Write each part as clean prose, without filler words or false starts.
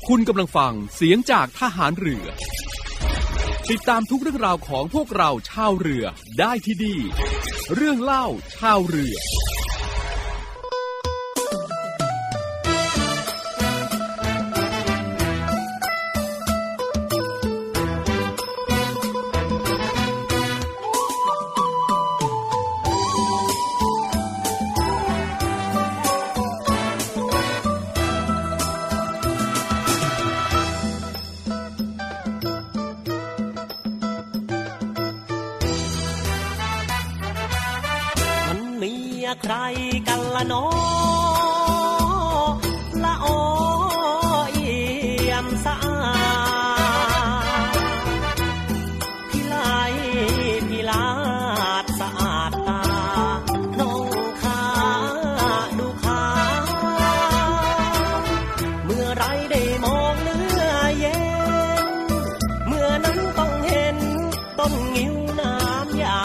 คุณกำลังฟังเสียงจากทหารเรือติดตามทุกเรื่องราวของพวกเราชาวเรือได้ที่นี่เรื่องเล่าชาวเรือใครกันละน้อละอเอี่ยมสะอาดพิไลพิลาดสะอาดตาน้องขาดูขาเมื่อไรได้มองเนื้อเย็นเมื่อนั้นต้องเห็นต้นงิ้วน้ำยา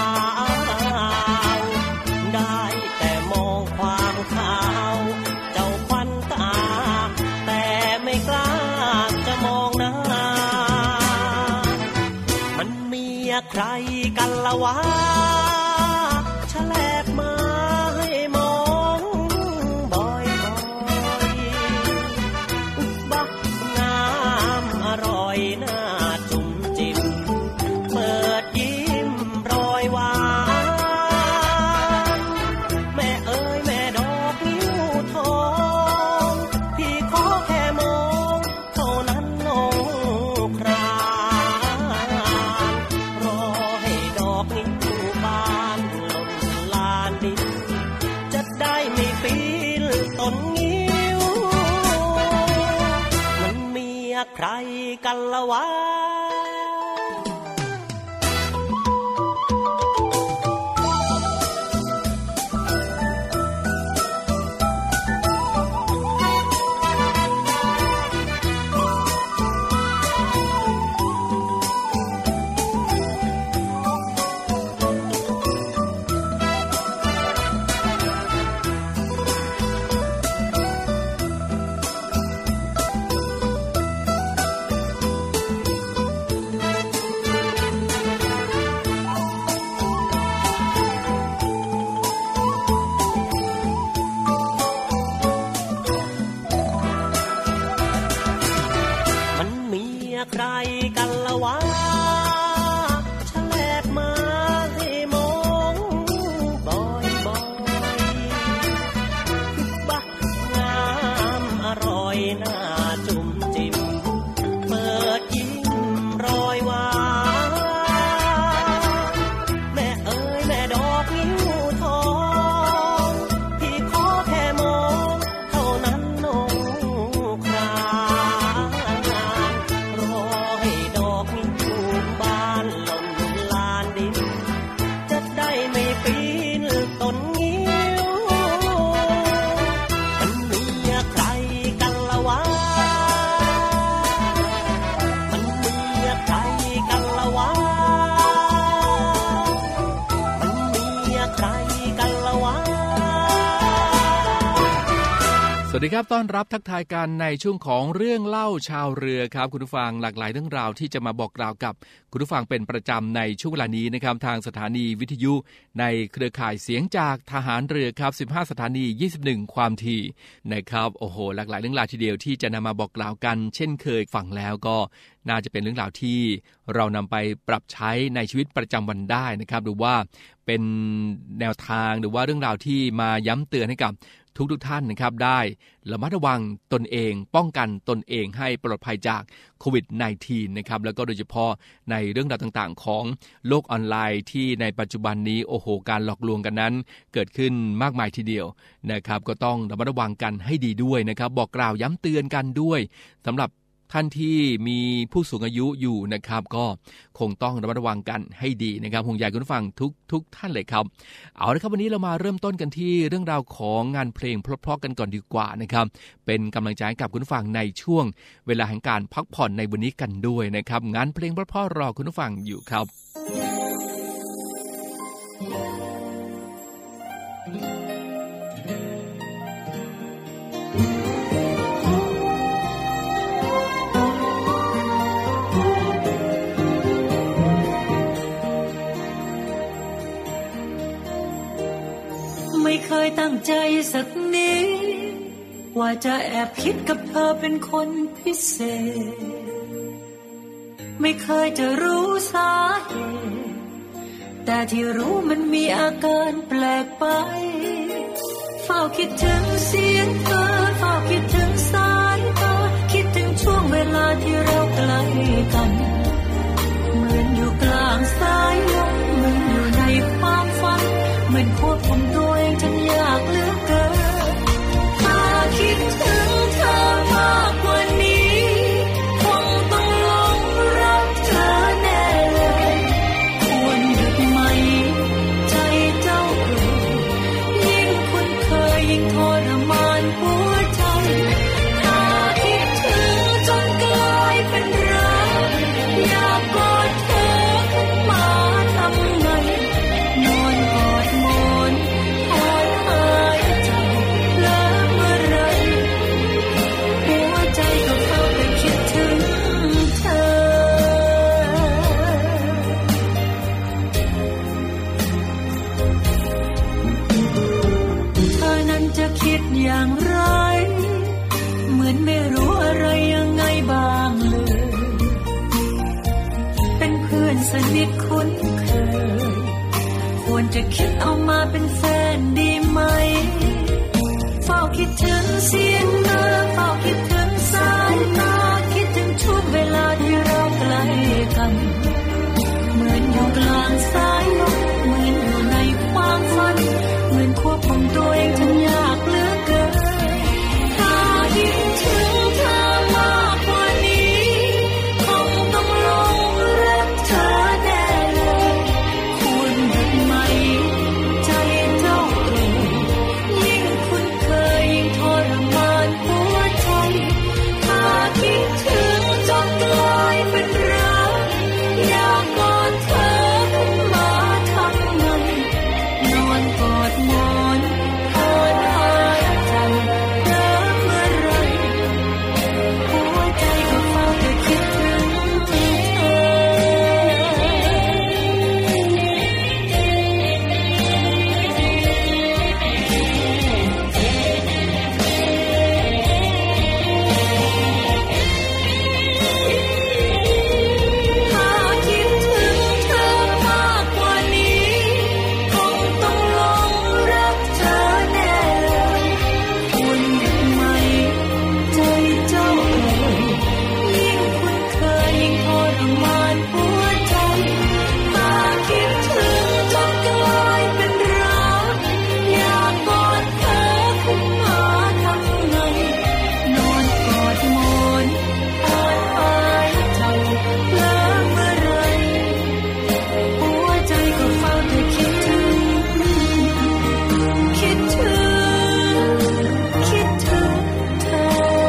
ใครกันละวะฉลบมาให้มองบ่อยๆอุบักงามอร่อยน่าจุ่มจิ้มเปิดยิ้มรอยหวานแม่เอ๋ยแม่ดอกนิ้วทองพี่ขอแค่มองเท่านั้นลงคราใครกันละวะใครกันละวะฉลบมาให้มองบ่อยๆบักงามอร่อยน่าจุ่มจิ้มเปิดยิ้มรอยหวานแม่เอ๋ยแม่ดอกนิ้วทองพี่ขอแค่มองเท่านั้นนงคราสวัสดีครับต้อนรับทักทายกันในช่วงของเรื่องเล่าชาวเรือครับคุณผู้ฟังหลากหลายเรื่องราวที่จะมาบอกกล่าวกับคุณผู้ฟังเป็นประจำในช่วงเวลานี้นะครับทางสถานีวิทยุในเครือข่ายเสียงจากทหารเรือครับ15สถานี21ความถี่นะครับโอ้โหหลากหลายเรื่องราวทีเดียวที่จะนำมาบอกกล่าวกันเช่นเคยฟังแล้วก็น่าจะเป็นเรื่องราวที่เรานำไปปรับใช้ในชีวิตประจำวันได้นะครับหรือว่าเป็นแนวทางหรือว่าเรื่องราวที่มาย้ำเตือนให้กับทุกท่านนะครับได้ระมัดระวังตนเองป้องกันตนเองให้ปลอดภัยจากโควิด -19 นะครับแล้วก็โดยเฉพาะในเรื่องราวต่างๆของโลกออนไลน์ที่ในปัจจุบันนี้โอ้โหการหลอกลวงกันนั้นเกิดขึ้นมากมายทีเดียวนะครับก็ต้องระมัดระวังกันให้ดีด้วยนะครับบอกกล่าวย้ำเตือนกันด้วยสำหรับ ท่านที่มีผู้สูงอายุอยู่นะครับก็คงต้องระมัดระวังกันให้ดีนะครับห่วงใยคุณผู้ฟังทุกท่านเลยครับเอาละครับวันนี้เรามาเริ่มต้นกันที่เรื่องราวของงานเพลงเพราะๆกันก่อนดีกว่านะครับเป็นกำลังใจให้กับคุณผู้ฟังในช่วงเวลาแห่งการพักผ่อนในวันนี้กันด้วยนะครับงานเพลงเพราะๆรอคุณผู้ฟังอยู่ครับใจสักนิดว่าจะแอบคิดกับเธอเป็นคนพิเศษไม่เคยจะรู้สาเหตุแต่ที่รู้มันมีอาการแปลกไปเฝ้าคิดถึงเสียงเธอเฝ้าคิดถึงสายตาคิดถึงช่วงเวลาที่เราใกล้กันเหมือนอยู่กลางสายลมเหมือนอยู่ในความฝันเหมือนควบคุมตัวเองจนยากเหลือเกินถ้าคิดถึงเธอมากกว่านี้คงต้องหลงรักเธอแน่เลยควรหยุดไหมใจเจ้าโกรธยิ่งคุ้นเคยยิ่งทรมานหัวใจถ้าคิดถึงจนกลายเป็นรักอยากกอดเธอขึ้นมาทำไงนอนกอดหมอนถอนหายใจเลิกเมื่อไรหัวใจก็เข้าไปคิดถึงเธอเธอนั้นจะคิดอย่างไรเหมือนไม่รู้อะไรยังไงบ้างเลยเป็นเพื่อนสนิทคุ้นเคยควรจะคิดเอามาเป็นแฟนดีไหมเฝ้าคิดถึงเสียงเธอเฝ้าคิดถึงสายตาคิดถึงช่วงเวลาที่เราใกล้กันเหมือนอยู่กลางสายลมเหมือนอยู่ในความฝันเหมือนควบคุมตัวเองจนยากเหลือเกินถ้าคิดถึงเธอมากกว่านี้คงต้องหลงรักเธอแน่เลยควรหยุดไหมใจเจ้าโกรธยิ่งคุ้นเคยยิ่งทรมานหัวใจถ้าคิดถึงจนกลายเป็นรักอยากกอดเธอขึ้นมาทำไงนอนกอดหมอนถอนหายใจเลิกเมื่อไรหัวใจก็เฝ้าแต่คิดถึงเธอ ถ้าคิดถึงเธอมากกว่านี้คงต้องหลงรักเธอแน่เลยควรหยุดไหมใจเจ้าเอ๋ยยิ่งคุ้นเคยยิ่งทรมานหัวใจถ้าคิดถึงจนกลายเป็นรักอยากกอดเธอขึ้นมาทำไงนอนกอดหมอนถอนหายใจเลิกเมื่อไรหัวใจก็เฝ้าแต่คิดถึงคิดถึงเธอ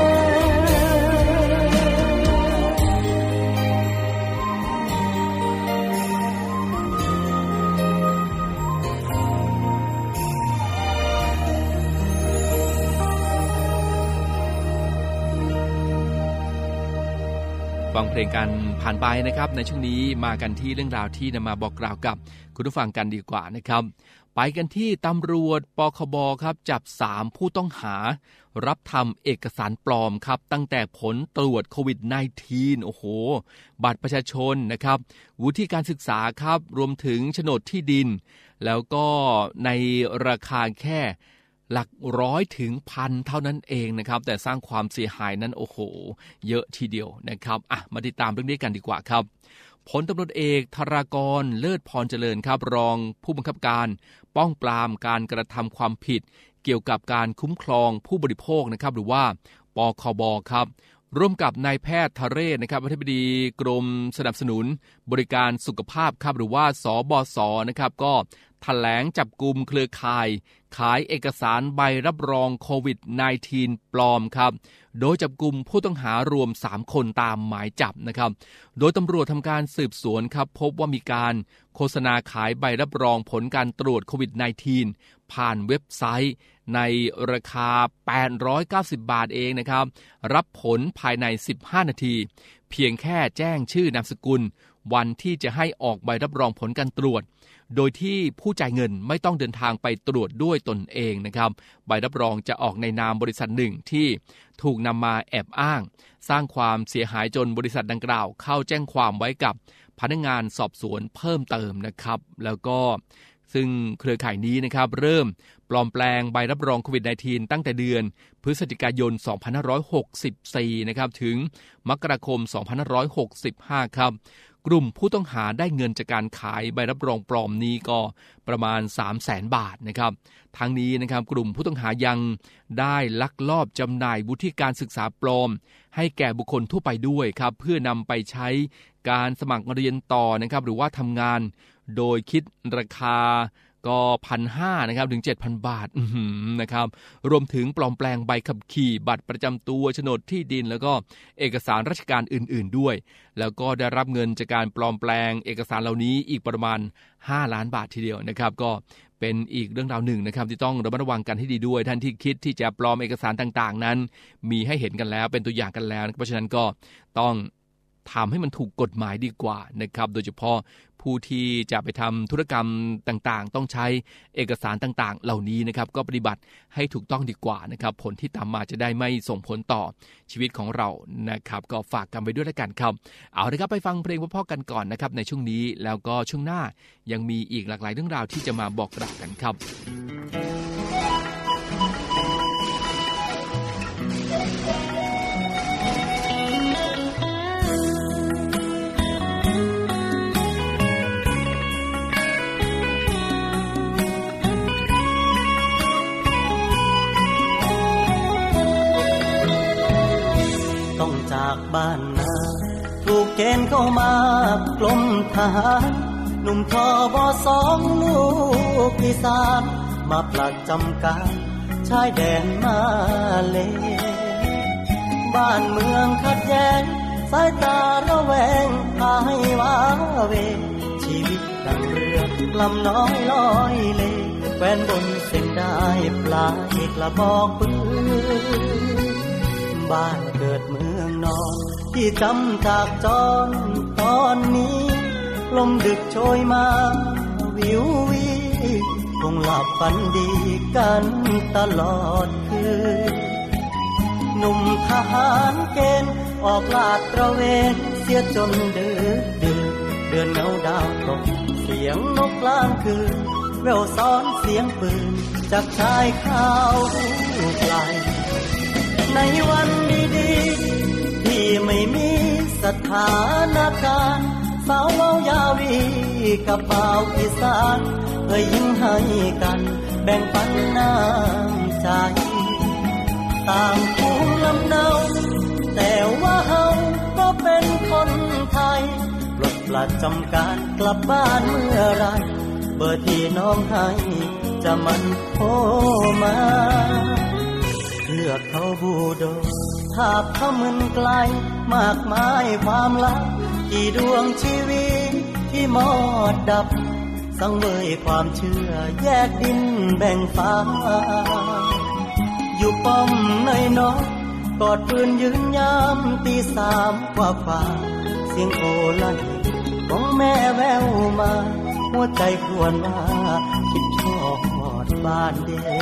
ฟังเพลงกันผ่านไปนะครับในช่วงนี้มากันที่เรื่องราวที่นำมาบอกกล่าวกับคุณผู้ฟังกันดีกว่านะครับไปกันที่ตำรวจปคบครับจับ3ผู้ต้องหารับทำเอกสารปลอมครับตั้งแต่ผลตรวจโควิด -19 โอ้โหบัตรประชาชนนะครับวุฒิการศึกษาครับรวมถึงโฉนดที่ดินแล้วก็ในราคาแค่หลักร้อยถึงพันเท่านั้นเองนะครับแต่สร้างความเสียหายนั้นโอ้โหเยอะทีเดียวนะครับมาติดตามเรื่องนี้กันดีกว่าครับพลตำรวจเอกธารากรเลิศพรเจริญครับรองผู้บังคับการป้องปรามการกระทำความผิดเกี่ยวกับการคุ้มครองผู้บริโภคนะครับหรือว่าปคบครับร่วมกับนายแพทย์ทะเรศนะครับอธิบดีกรมสนับสนุนบริการสุขภาพครับหรือว่าสบสนะครับก็แถลงจับกุมเครือข่ายขายเอกสารใบรับรองโควิด -19 ปลอมครับโดยจับกุมผู้ต้องหารวม3คนตามหมายจับนะครับโดยตำรวจทำการสืบสวนครับพบว่ามีการโฆษณาขายใบรับรองผลการตรวจโควิด -19 ผ่านเว็บไซต์ในราคา890 บาทเองนะครับรับผลภายใน15นาทีเพียงแค่แจ้งชื่อนามสกุลวันที่จะให้ออกใบรับรองผลการตรวจโดยที่ผู้จ่ายเงินไม่ต้องเดินทางไปตรวจด้วยตนเองนะครับใบรับรองจะออกในนามบริษัทหนึ่งที่ถูกนำมาแอบอ้างสร้างความเสียหายจนบริษัทดังกล่าวเข้าแจ้งความไว้กับพนักงานสอบสวนเพิ่มเติมนะครับแล้วก็ซึ่งเครือข่ายนี้นะครับเริ่มปลอมแปลงใบรับรองโควิด -19 ตั้งแต่เดือนพฤศจิกายน 2564 นะครับถึงมกราคม 2565 ครับกลุ่มผู้ต้องหาได้เงินจากการขายใบรับรองปลอมนี้ก็ประมาณ 300,000 บาทนะครับทั้งนี้นะครับกลุ่มผู้ต้องหายังได้ลักลอบจำหน่ายวุฒิการศึกษาปลอมให้แก่บุคคลทั่วไปด้วยครับเพื่อนำไปใช้การสมัครเรียนต่อนะครับหรือว่าทำงานโดยคิดราคาก็ 1,500 นะครับถึง 7,000 บาทนะครับรวมถึงปลอมแปลงใบขับขี่บัตรประจำตัวโฉนดที่ดินแล้วก็เอกสารราชการอื่นๆด้วยแล้วก็ได้รับเงินจากการปลอมแปลงเอกสารเหล่านี้อีกประมาณ5 ล้านบาททีเดียวนะครับก็เป็นอีกเรื่องราวหนึ่งนะครับที่ต้องระมัดระวังกันให้ดีด้วยท่านที่คิดที่จะปลอมเอกสารต่างๆนั้นมีให้เห็นกันแล้วเป็นตัวอย่างกันแล้วเพราะฉะนั้นก็ต้องทำให้มันถูกกฎหมายดีกว่านะครับโดยเฉพาะผู้ที่จะไปทำธุรกรรมต่างๆต้องใช้เอกสารต่างๆเหล่านี้นะครับก็ปฏิบัติให้ถูกต้องดีกว่านะครับผลที่ตามมาจะได้ไม่ส่งผลต่อชีวิตของเรานะครับก็ฝากกันไปด้วยแล้วกันครับเอาละครับไปฟังเพลงเพราะๆกันก่อนนะครับในช่วงนี้แล้วก็ช่วงหน้ายังมีอีกหลากหลายเรื่องราวที่จะมาบอกกล่าวกันครับจากบ้านนาถูกเกณฑ์เข้ามากรมทหารหนุ่มทบ2ลูกอีสานมาประจำการชายแดนมาเลบ้านเมืองขัดแย้งสายตาระแวงพาให้ว้าเวชีวิตดังเรือลำน้อยลอยเลแฟนบนเส้นได้ปลายกระบอกปืนบ้านเกิดเมืองนอนที่จำจากจรตอนนี้ลมดึกโชยมาวิววีคงหลับฝันดีกันตลอดคืนหนุ่มทหารเกณฑ์ออกลาดตระเวนเสียจนดึกเดือนเงาดาวตกเสียงนกกลางคืนแววซ้อนเสียงปืนจากชายเขาไกลในวันดีๆที่ไม่มีสถานการณ์สาวเว้ายาวีกับบ่าวอีสานเคยยิ้มให้กันแบ่งปันน้ำใจต่างภูมิลำเนาแต่ว่าเฮาก็เป็นคนไทยปลดประจำการกลับบ้านเมื่อไรเบอร์ที่น้องให้จะมันโทรมาเลือกเขาบูโดทาบเขามึนไกลมากมายความลับกี่ดวงชีวิตที่มอดดับสังเวยความเชื่อแยกดินแบ่งฟ้าอยู่ป้อมในนอกกอดปืนยืนยามตี3กว่าเสียงโอลั่นของแม่แววมาหัวใจครวญว่าคิดทอดบ้านเด้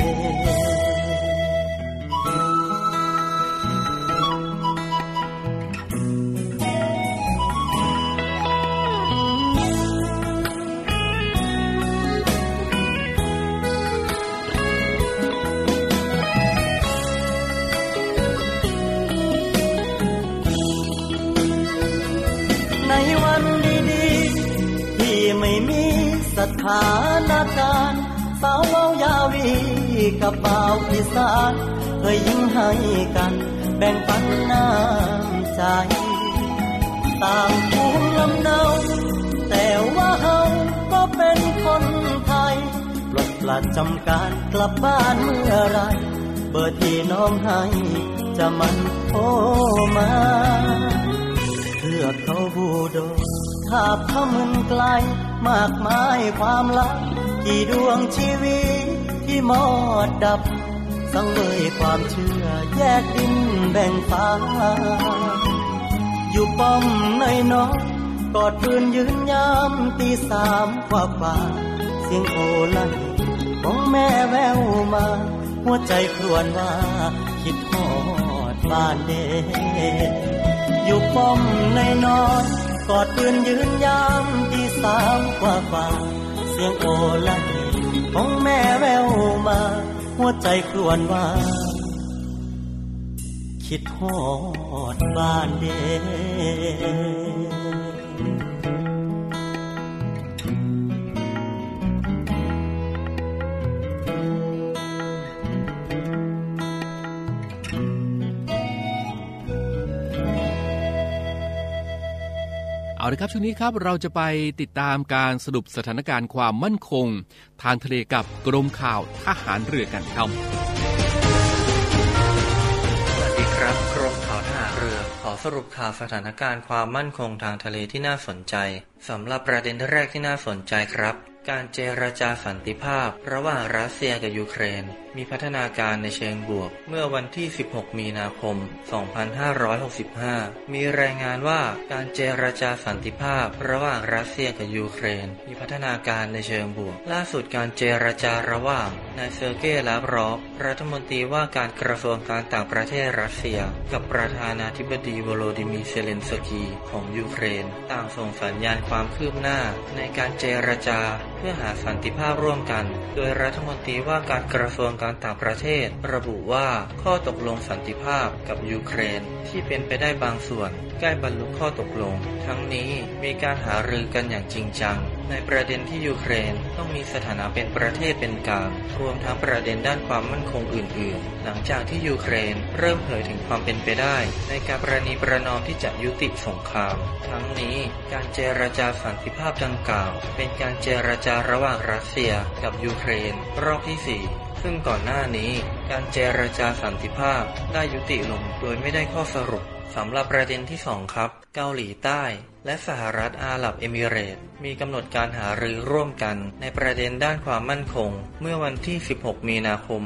สถานการณ์สาวเว้ายาวีกับบ่าวอีสานเคยยิ้มให้กันแบ่งปันน้ำใจต่างภูมิลำเนาแต่ว่าเฮาก็เป็นคนไทยปลดประจำการกลับบ้านเมื่อไรเบอร์ที่น้องให้จะมันโทรมาเลือกเขาบูโดทาบเขามึนไกลมากมายความลับกี่ดวงชีวิตที่มอดดับสังเวยความเชื่อแยกดินแบ่งฟ้าอยู่ป้อมในนอกกอดปืนยืนยามตีสามกว่าเสียงโอลั่นของแม่แววมาหัวใจครวญว่าคิดฮอดบ้านเด้อยู่ป้อมในนอนกอดปืนยืนยามตีสามกว่าเสียงโอลั่นของแม่แววมาหัวใจครวญว่าคิดฮอดบ้านเด้เอาละครับช่วงนี้ครับเราจะไปติดตามการสรุปสถานการณ์ความมั่นคงทางทะเลกับกรมข่าวทหารเรือกันครับสวัสดีครับกรมข่าวทหารเรือขอสรุปข่าวสถานการณ์ความมั่นคงทางทะเลที่น่าสนใจสำหรับประเด็นแรกที่น่าสนใจครับการเจรจาสันติภาพระหว่างรัสเซียกับยูเครนมีพัฒนาการในเชิงบวกเมื่อวันที่16มีนาคม2565มีรายงานว่าการเจรจาสันติภาพระหว่างรัสเซียกับยูเครนมีพัฒนาการในเชิงบวกล่าสุดการเจรจาระหว่างนายเซอร์เกย์ลาฟรอฟรัฐมนตรีว่าการกระทรวงการต่างประเทศรัสเซียกับประธานาธิบดีโวโลดิมีร์ เซเลนสกีของยูเครนต่างส่งสัญญาณความคืบหน้าในการเจรจาเพื่อหาสันติภาพร่วมกันโดยรัฐมนตรีว่าการกระทรวงการต่างประเทศระบุว่าข้อตกลงสันติภาพกับยูเครนที่เป็นไปได้บางส่วนใกล้บรรลุข้อตกลงทั้งนี้มีการหารือกันอย่างจริงจังในประเด็นที่ยูเครนต้องมีสถานะเป็นประเทศเป็นกลางรวมทั้งประเด็นด้านความมั่นคงอื่นๆหลังจากที่ยูเครนเริ่มเผยถึงความเป็นไปได้ในการประนีประนอมที่จะยุติสงครามทั้งนี้การเจรจาสันติภาพดังกล่าวเป็นการเจรจาระหว่างรัสเซียกับยูเครนรอบที่4ซึ่งก่อนหน้านี้การเจรจาสันติภาพได้ยุติลงโดยไม่ได้ข้อสรุปสำหรับประเด็นที่2ครับเกาหลีใต้และสหรัฐอาหรับเอมิเรตส์มีกำหนดการหารือร่วมกันในประเด็นด้านความมั่นคงเมื่อวันที่16มีนาคม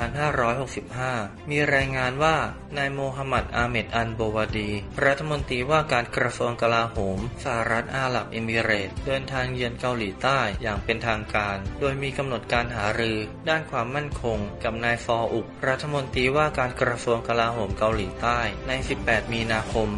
2565มีรายงานว่านายโมฮัมหมัดอาเมดอันโบวาดีรัฐมนตรีว่าการกระทรวงกลาโหมสหรัฐอาหรับเอมิเรตส์เดินทางเยือนเกาหลีใต้อย่างเป็นทางการโดยมีกำหนดการหารือด้านความมั่นคงกับนายฟออุกรัฐมนตรีว่าการกระทรวงกลาโหมเกาหลีใต้ใน18มีนาคม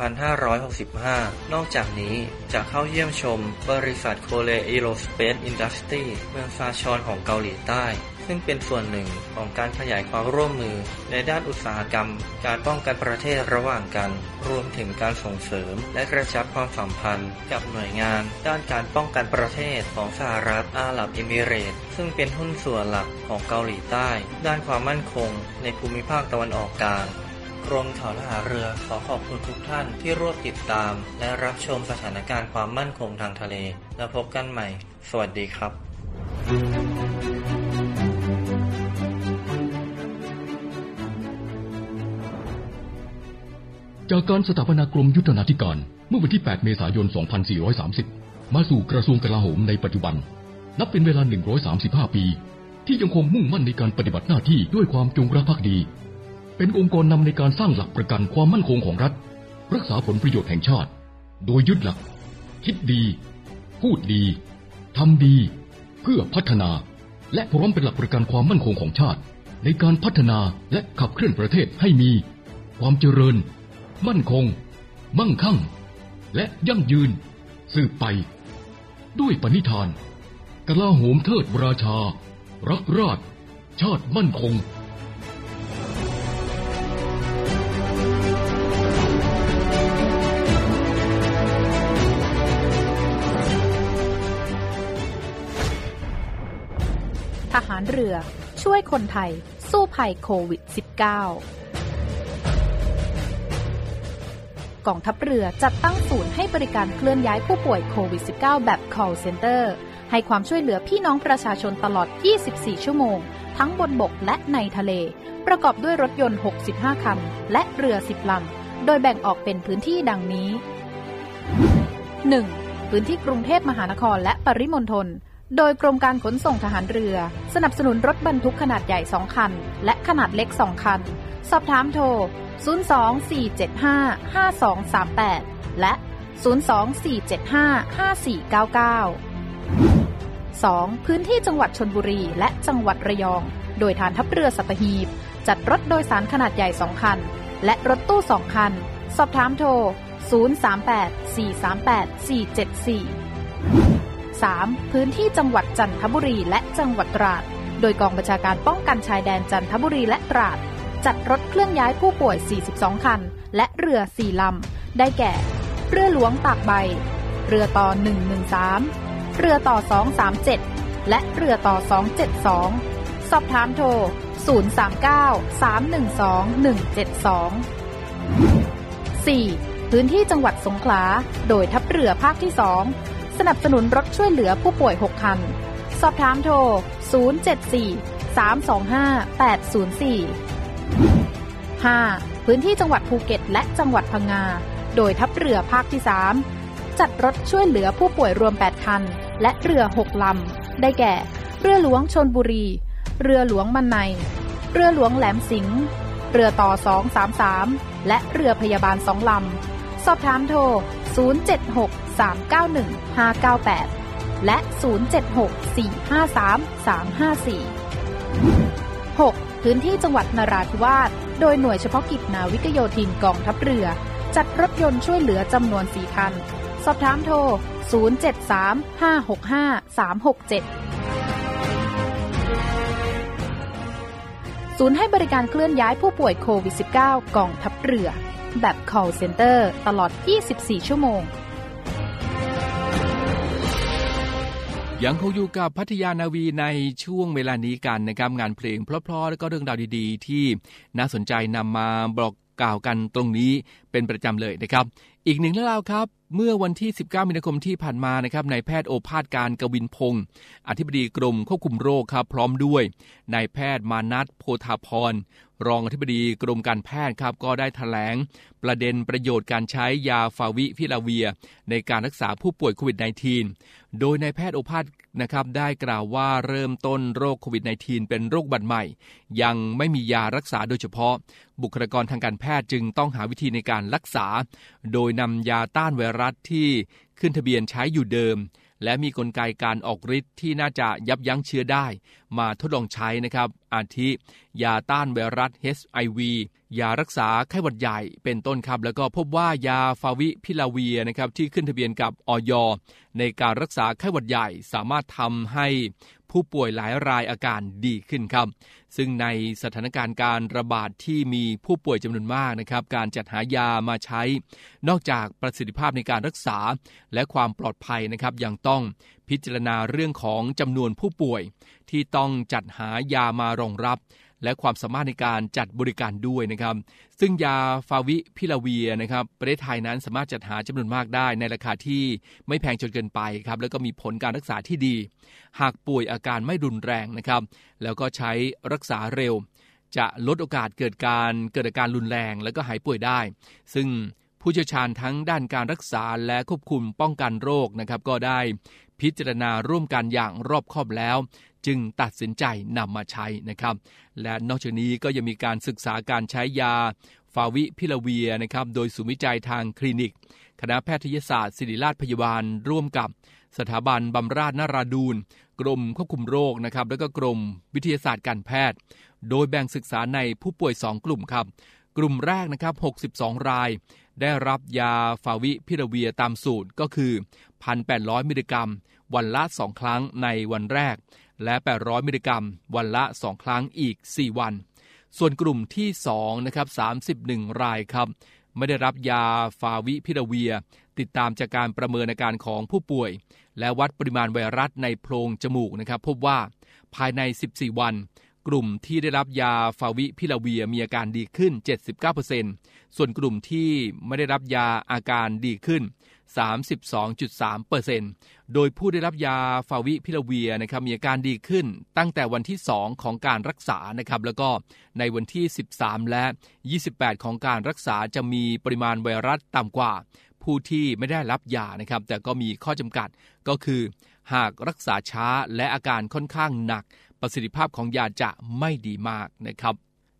2565นอกจากนี้จะเข้าเยี่ยมชมบริษัทโคเรอีโรสเปซอินดัสทรีเมืองซาชอนของเกาหลีใต้ซึ่งเป็นส่วนหนึ่งของการขยายความร่วมมือในด้านอุตสาหกรรมการป้องกันประเทศระหว่างกันรวมถึงการส่งเสริมและกระชับความสัมพันธ์กับหน่วยงานด้านการป้องกันประเทศของสหรัฐอาหรับเอมิเรตส์ซึ่งเป็นหุ้นส่วนหลักของเกาหลีใต้ด้านความมั่นคงในภูมิภาคตะวันออกกลางกรมข่าวทหารเรือขอขอบคุณทุกท่านที่ร่วมติดตามและรับชมสถานการณ์ความมั่นคงทางทะเลแล้วพบกันใหม่สวัสดีครับจากการสถาปนากรมยุทธนาธิการเมื่อวันที่8เมษายน2430มาสู่กระทรวงกลาโหมในปัจจุบันนับเป็นเวลา135ปีที่ยังคงมุ่งมั่นในการปฏิบัติหน้าที่ด้วยความจงรักภักดีเป็นองค์กรนำในการสร้างหลักประกันความมั่นคงของรัฐรักษาผลประโยชน์แห่งชาติโดยยึดหลักคิดดีพูดดีทำดีเพื่อพัฒนาและพร้อมเป็นหลักประกันความมั่นคงของชาติในการพัฒนาและขับเคลื่อนประเทศให้มีความเจริญมั่นคงมั่งคั่งและยั่งยืนสืบไปด้วยปณิธานกลาโหมเทิดราชารักราชชาติมั่นคงทหารเรือช่วยคนไทยสู้ภัยโควิด -19 กองทัพเรือจัดตั้งศูนย์ให้บริการเคลื่อนย้ายผู้ป่วยโควิด -19 แบบ call center ให้ความช่วยเหลือพี่น้องประชาชนตลอด 24 ชั่วโมงทั้งบนบกและในทะเลประกอบด้วยรถยนต์ 65 คันและเรือ 10 ลำโดยแบ่งออกเป็นพื้นที่ดังนี้ 1. พื้นที่กรุงเทพมหานครและปริมณฑลโดยกรมการขนส่งทหารเรือสนับสนุนรถบรรทุกขนาดใหญ่2คันและขนาดเล็ก2คันสอบถามโทร024755238และ 2. พื้นที่จังหวัดชลบุรีและจังหวัดระยองโดยฐานทัพเรือสัตหีบจัดรถโดยสารขนาดใหญ่2คันและรถตู้2คันสอบถามโทร038-438-474 3. พื้นที่จังหวัดจันทบุรีและจังหวัดตราดโดยกองบัญชาการป้องกันชายแดนจันทบุรีและตราดจัดรถเคลื่อนย้ายผู้ป่วย42คันและเรือ4ลำได้แก่เรือหลวงตากใบเรือต่อ113เรือต่อ237และเรือต่อ272สอบถามโทร039-312-172 4. พื้นที่จังหวัดสงขลาโดยทัพเรือภาคที่2สนับสนุนรถช่วยเหลือผู้ป่วย6คันสอบถามโทร074-325-804 5. พื้นที่จังหวัดภูเก็ตและจังหวัดพังงาโดยทัพเรือภาคที่3จัดรถช่วยเหลือผู้ป่วยรวม8คันและเรือ6ลำได้แก่เรือหลวงชลบุรีเรือหลวงมันในเรือหลวงแหลมสิงห์เรือต่อ233และเรือพยาบาล2ลำสอบถามโทร076-391-598และ076-453-354 6. พื้นที่จังหวัดนราธิวาสโดยหน่วยเฉพาะกิจนาวิกโยธินกองทัพเรือจัดรถยนต์ช่วยเหลือจำนวน4คันสอบถามโทร073-565-367ศูนย์ให้บริการเคลื่อนย้ายผู้ป่วยโควิด -19 กองทัพเรือแบบ call center ตลอด24ชั่วโมงยังคงอยู่กับพัทยานาวีในช่วงเวลานี้กันนะครับงานเพลงเพราะๆและก็เรื่องราวดีๆที่น่าสนใจนำมาบอกกล่าวกันตรงนี้เป็นประจำเลยนะครับอีกหนึ่งเรื่องราวครับเมื่อวันที่19มีนาคมที่ผ่านมานะครับนายแพทย์โอภาสการกวินพงศ์อธิบดีกรมควบคุมโรคครับพร้อมด้วยนายแพทย์มานัสโพธาพรรองอธิบดีกรมการแพทย์ครับก็ได้แถลงประเด็นประโยชน์การใช้ยาฟาวิพิลาเวียในการรักษาผู้ป่วยโควิด -19 โดยนายแพทย์โอภาสนะครับได้กล่าวว่าเริ่มต้นโรคโควิด -19 เป็นโรคบัดใหม่ยังไม่มียารักษาโดยเฉพาะบุคลากรทางการแพทย์จึงต้องหาวิธีในการรักษาโดยนำยาต้านไวรัสที่ขึ้นทะเบียนใช้อยู่เดิมและมีกลไกการออกฤทธิ์ที่น่าจะยับยั้งเชื้อได้มาทดลองใช้นะครับอาทิยาต้านไวรัส HIV ยารักษาไข้หวัดใหญ่เป็นต้นครับแล้วก็พบว่ายาฟาวิพิลาเวียนะครับที่ขึ้นทะเบียนกับอย.ในการรักษาไข้หวัดใหญ่สามารถทำให้ผู้ป่วยหลายรายอาการดีขึ้นครับซึ่งในสถานการณ์การระบาดที่มีผู้ป่วยจำนวนมากนะครับการจัดหายามาใช้นอกจากประสิทธิภาพในการรักษาและความปลอดภัยนะครับยังต้องพิจารณาเรื่องของจำนวนผู้ป่วยที่ต้องจัดหายามารองรับและความสามารถในการจัดบริการด้วยนะครับซึ่งยาฟาวิพิลาเวียนะครับประเทศไทยนั้นสามารถจัดหาจำนวนมากได้ในราคาที่ไม่แพงจนเกินไปครับแล้วก็มีผลการรักษาที่ดีหากป่วยอาการไม่รุนแรงนะครับแล้วก็ใช้รักษาเร็วจะลดโอกาสเกิดอาการรุนแรงแล้วก็หายป่วยได้ซึ่งผู้เชี่ยวชาญทั้งด้านการรักษาและควบคุมป้องกันโรคนะครับก็ได้พิจารณาร่วมกันอย่างรอบคอบแล้วจึงตัดสินใจนำมาใช้นะครับและนอกจากนี้ก็ยังมีการศึกษาการใช้ยาฟาวิพิลาเวียนะครับโดยศูนย์วิจัยทางคลินิกคณะแพทยศาสตร์ศิริราชพยาบาลร่วมกับสถาบันบำราศนราดูรกรมควบคุมโรคนะครับแล้วก็กรมวิทยาศาสตร์การแพทย์โดยแบ่งศึกษาในผู้ป่วย2กลุ่มครับกลุ่มแรกนะครับ62รายได้รับยาฟาวิพิลาเวียตามสูตรก็คือ 1,800 มิลลิกรัมวันละ2ครั้งในวันแรกและ800มิลลิกรัมวันละ2ครั้งอีก4วันส่วนกลุ่มที่2นะครับ31รายครับไม่ได้รับยาฟาวิพิลาเวียติดตามจากการประเมินอาการของผู้ป่วยและวัดปริมาณไวรัสในโพรงจมูกนะครับพบว่าภายใน14วันกลุ่มที่ได้รับยาฟาวิพิลาเวียมีอาการดีขึ้น 79% ส่วนกลุ่มที่ไม่ได้รับยาอาการดีขึ้น 32.3% โดยผู้ได้รับยาฟาวิพิลาเวียนะครับมีอาการดีขึ้นตั้งแต่วันที่2ของการรักษานะครับแล้วก็ในวันที่13และ28ของการรักษาจะมีปริมาณไวรัสต่ำกว่าผู้ที่ไม่ได้รับยานะครับแต่ก็มีข้อจำกัดก็คือหากรักษาช้าและอาการค่อนข้างหนักประสิทธิภาพของยาจะไม่ดีมากนะครับ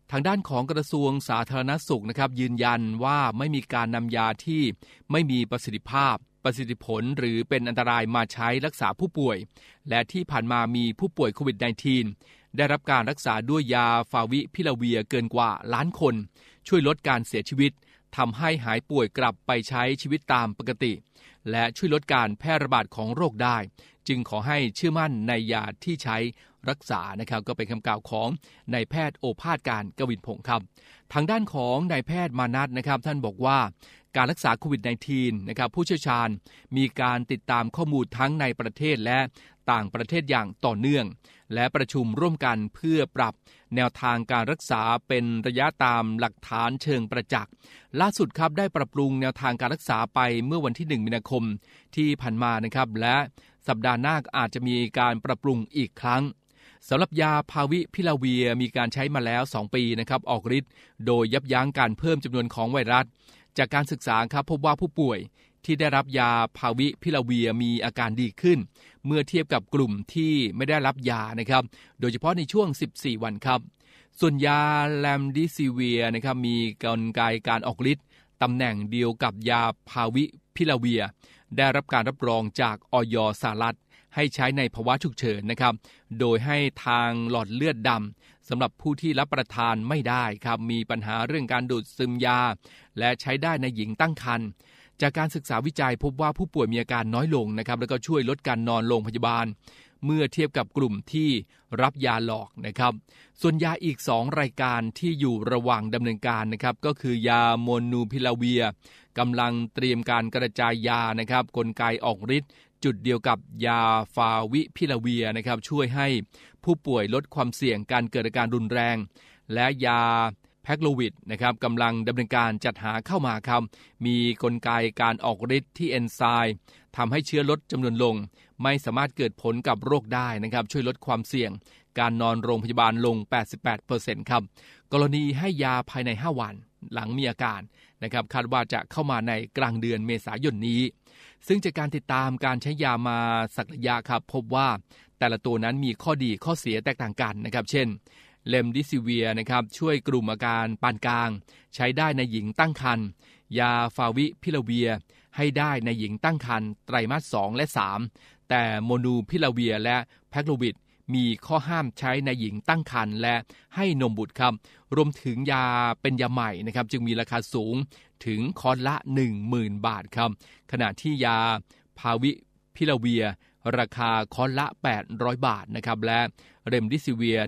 ทางด้านของกระทรวงสาธารณสุขนะครับยืนยันว่าไม่มีการนำยาที่ไม่มีประสิทธิภาพประสิทธิผลหรือเป็นอันตรายมาใช้รักษาผู้ป่วยและที่ผ่านมามีผู้ป่วยโควิด -19 ได้รับการรักษาด้วยยาฟาวิพิลาเวียเกินกว่าล้านคนช่วยลดการเสียชีวิตทำให้หายป่วยกลับไปใช้ชีวิตตามปกติและช่วยลดการแพร่ระบาดของโรคได้จึงขอให้เชื่อมั่นในยาที่ใช้รักษานะครับก็เป็นคำกล่าวของนายแพทย์โอภาสการกวินพงศ์ครับทางด้านของนายแพทย์มานัสนะครับท่านบอกว่าการรักษาโควิด -19 นะครับผู้เชี่ยวชาญมีการติดตามข้อมูลทั้งในประเทศและต่างประเทศอย่างต่อเนื่องและประชุมร่วมกันเพื่อปรับแนวทางการรักษาเป็นระยะตามหลักฐานเชิงประจักษ์ล่าสุดครับได้ปรับปรุงแนวทางการรักษาไปเมื่อวันที่1 มีนาคมที่ผ่านมานะครับและสัปดาห์หน้าอาจจะมีการปรับปรุงอีกครั้งสำหรับยาฟาวิพิลาเวียมีการใช้มาแล้ว2 ปีนะครับออกฤทธิ์โดยยับยั้งการเพิ่มจำนวนของไวรัสจากการศึกษาครับพบว่าผู้ป่วยที่ได้รับยาฟาวิพิลาเวียมีอาการดีขึ้นเมื่อเทียบกับกลุ่มที่ไม่ได้รับยานะครับโดยเฉพาะในช่วง14 วันครับส่วนยาแลมดิซิเวียนะครับมีกลไกการออกฤทธิ์ตำแหน่งเดียวกับยาฟาวิพิลาเวียได้รับการรับรองจากอย.สหรัฐให้ใช้ในภาวะฉุกเฉินนะครับโดยให้ทางหลอดเลือดดำสำหรับผู้ที่รับประทานไม่ได้ครับมีปัญหาเรื่องการดูดซึมยาและใช้ได้ในหญิงตั้งครรภ์จากการศึกษาวิจัยพบว่าผู้ป่วยมีอาการน้อยลงนะครับแล้วก็ช่วยลดการนอนโรงพยาบาลเมื่อเทียบกับกลุ่มที่รับยาหลอกนะครับส่วนยาอีก2 รายการที่อยู่ระหว่างดำเนินการนะครับก็คือยาโมนูพิลาเวียกำลังเตรียมการกระจายยานะครับกลไกออกฤทธิ์จุดเดียวกับยาฟาวิพิลาเวียนะครับช่วยให้ผู้ป่วยลดความเสี่ยงการเกิดอาการรุนแรงและยาแพคโลวิดนะครับกำลังดำเนินการจัดหาเข้ามาครับมีกลไกการออกฤทธิ์ที่เอนไซม์ทำให้เชื้อลดจำนวนลงไม่สามารถเกิดผลกับโรคได้นะครับช่วยลดความเสี่ยงการนอนโรงพยาบาลลง 88% ครับกรณีให้ยาภายใน5 วันหลังมีอาการนะครับคาดว่าจะเข้ามาในกลางเดือนเมษายนนี้ซึ่งจากการติดตามการใช้ยามาสักระยะครับพบว่าแต่ละตัวนั้นมีข้อดีข้อเสียแตกต่างกันนะครับเช่นเลมดิซิเวียนะครับช่วยกลุ่มอาการปานกลางใช้ได้ในหญิงตั้งครรภ์ยาฟาวิพิลาเวียให้ได้ในหญิงตั้งครรภ์ไตรมาส 2 และ 3แต่โมนูพิลาเวียและแพคโลวิดมีข้อห้ามใช้ในหญิงตั้งครรภ์และให้นมบุตรครับรวมถึงยาเป็นยาใหม่นะครับจึงมีราคาสูงถึงคอร์สละ 10,000 บาทครับขณะที่ยาฟาวิพิลาเวียราคาคอร์สละ800 บาทนะครับและเรมดิซิเวีย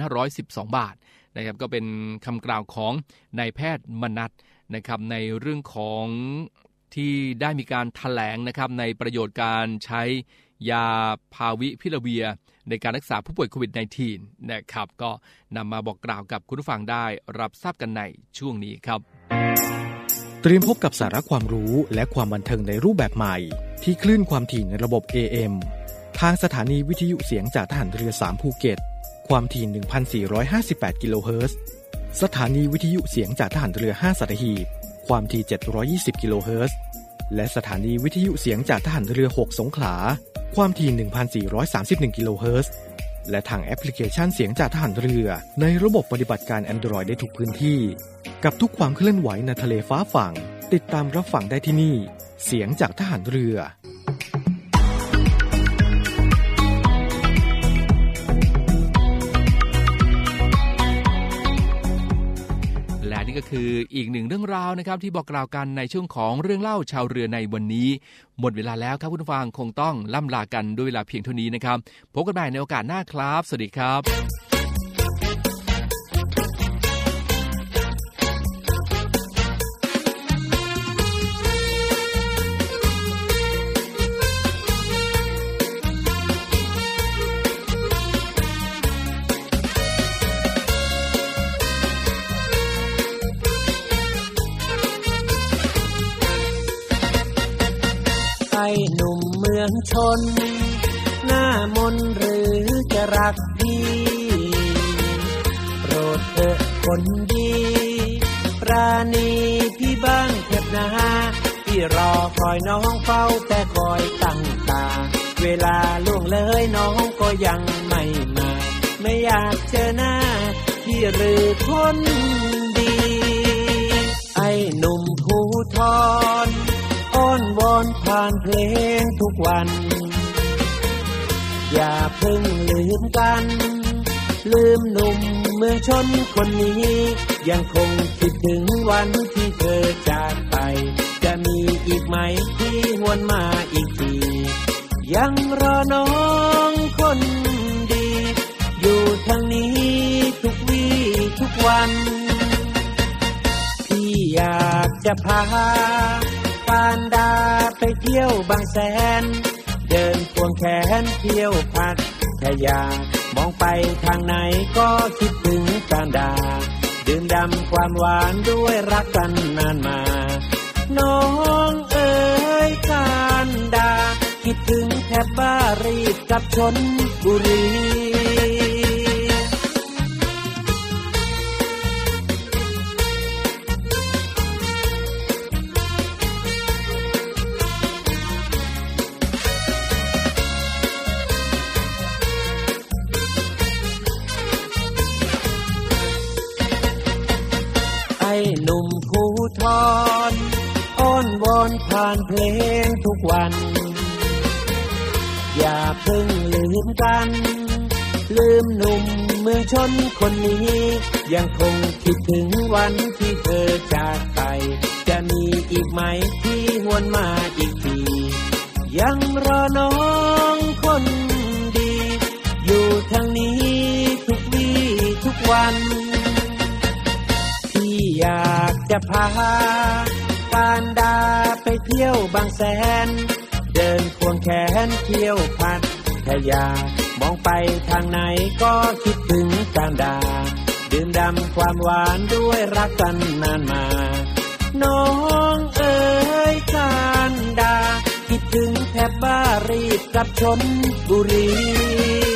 1,512 บาทนะครับก็เป็นคำกล่าวของนายแพทย์มนัสนะครับในเรื่องของที่ได้มีการแถลงนะครับในประโยชน์การใช้ยาฟาวิพิลาเวียในการรักษาผู้ป่วยโควิด -19 นะครับก็นำมาบอกกล่าวกับคุณผู้ฟังได้รับทราบกันในช่วงนี้ครับเตรียมพบกับสาระความรู้และความบันเทิงในรูปแบบใหม่ที่คลื่นความถี่ในระบบ AM ทางสถานีวิทยุเสียงจากทหารเรือ3ภูเก็ตความถี่ 1,458 กิโลเฮิรตซ์สถานีวิทยุเสียงจากทหารเรือ5สัตหีบความถี่720กิโลเฮิรตซ์และสถานีวิทยุเสียงจากทหารเรือ6สงขลาความถี่ 1,431 กิโลเฮิรตซ์และทางแอปพลิเคชันเสียงจากทหารเรือในระบบปฏิบัติการ Android ได้ทุกพื้นที่กับทุกความเคลื่อนไหวในทะเลฟ้าฝั่งติดตามรับฟังได้ที่นี่เสียงจากทหารเรือและนี่ก็คืออีกหนึ่งเรื่องราวนะครับที่บอกกล่าวกันในช่วงของเรื่องเล่าชาวเรือในวันนี้หมดเวลาแล้วครับคุณผู้ฟังคงต้องล่ำลากันด้วยเวลาเพียงเท่านี้นะครับพบกันใหม่ในโอกาสหน้าครับสวัสดีครับไอ้หนุ่มเมืองชนหน้ามนหรือจะรักพี่โปรดเถอะคนดีปราณีพี่บ้างเถิดนะพี่รอคอยน้องเฝ้าแต่คอยตั้งตาเวลาล่วงเลยน้องก็ยังไม่มาไม่อยากเจอหน้าพี่หรือคนดีไอ้หนุ่มภูทรอ้อนวอนผ่านเพลงทุกวันอย่าเพิ่งลืมกันลืมหนุ่มเมืองชนคนนี้ยังคงคิดถึงวันที่เธอจากไปจะมีอีกไหมที่หวนมาอีกทียังรอน้องคนดีอยู่ทางนี้ทุกวี่ทุกวันพี่อยากจะพาปานดาไปเที่ยวบางแสนเดินควงแขนเที่ยวพัทยามองไปทางไหนก็คิดถึงการดาดื่มด่ำความหวานด้วยรักกันนานมาน้องเอ๋ยการดาคิดถึงแทบบ้ารีบกลับชลบุรีหนุ่มภูทรอ้อนวอนผ่านเพลงทุกวันอย่าเพิ่งลืมกันลืมหนุ่มเมืองชนคนนี้ยังคงคิดถึงวันที่เธอจากไปจะมีอีกไหมที่หวนมาอีกทียังรอน้องคนดีอยู่ทางนี้ทุกวี่ทุกวันอยากจะพาปานดาไปเที่ยวบางแสนเดินควงแขนเที่ยวพัทยามองไปทางไหนก็คิดถึงการดาดื่มด่ำความหวานด้วยรักกันนานมาน้องเอ๋ยการดาคิดถึงแทบบ้ารีบกลับชลบุรี